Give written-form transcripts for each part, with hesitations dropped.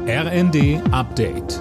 RND Update.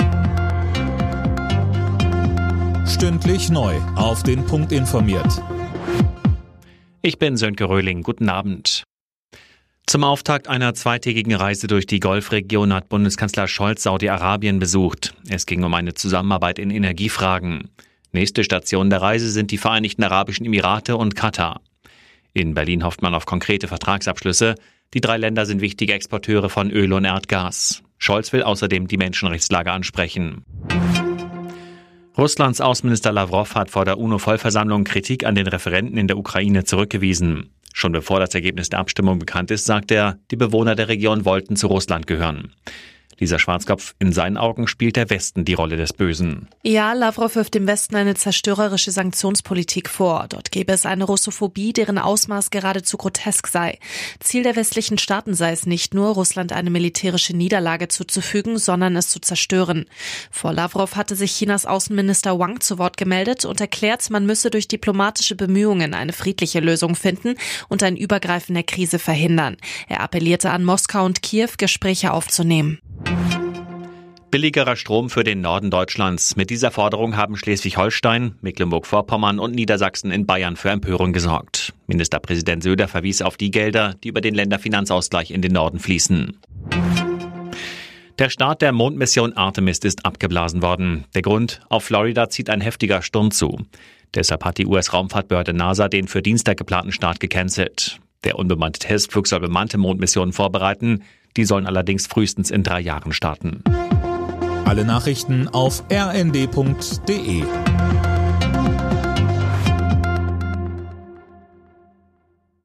Stündlich neu auf den Punkt informiert. Ich bin Sönke Röhling. Guten Abend. Zum Auftakt einer zweitägigen Reise durch die Golfregion hat Bundeskanzler Scholz Saudi-Arabien besucht. Es ging um eine Zusammenarbeit in Energiefragen. Nächste Station der Reise sind die Vereinigten Arabischen Emirate und Katar. In Berlin hofft man auf konkrete Vertragsabschlüsse. Die 3 Länder sind wichtige Exporteure von Öl und Erdgas. Scholz will außerdem die Menschenrechtslage ansprechen. Russlands Außenminister Lavrov hat vor der UNO-Vollversammlung Kritik an den Referenden in der Ukraine zurückgewiesen. Schon bevor das Ergebnis der Abstimmung bekannt ist, sagt er, die Bewohner der Region wollten zu Russland gehören. Lisa Schwarzkopf, in seinen Augen spielt der Westen die Rolle des Bösen. Ja, Lavrov wirft dem Westen eine zerstörerische Sanktionspolitik vor. Dort gäbe es eine Russophobie, deren Ausmaß geradezu grotesk sei. Ziel der westlichen Staaten sei es nicht nur, Russland eine militärische Niederlage zuzufügen, sondern es zu zerstören. Vor Lavrov hatte sich Chinas Außenminister Wang zu Wort gemeldet und erklärt, man müsse durch diplomatische Bemühungen eine friedliche Lösung finden und ein Übergreifen der Krise verhindern. Er appellierte an Moskau und Kiew, Gespräche aufzunehmen. Billigerer Strom für den Norden Deutschlands. Mit dieser Forderung haben Schleswig-Holstein, Mecklenburg-Vorpommern und Niedersachsen in Bayern für Empörung gesorgt. Ministerpräsident Söder verwies auf die Gelder, die über den Länderfinanzausgleich in den Norden fließen. Der Start der Mondmission Artemis ist abgeblasen worden. Der Grund: auf Florida zieht ein heftiger Sturm zu. Deshalb hat die US-Raumfahrtbehörde NASA den für Dienstag geplanten Start gecancelt. Der unbemannte Testflug soll bemannte Mondmissionen vorbereiten. Die sollen allerdings frühestens in 3 Jahren starten. Alle Nachrichten auf rnd.de.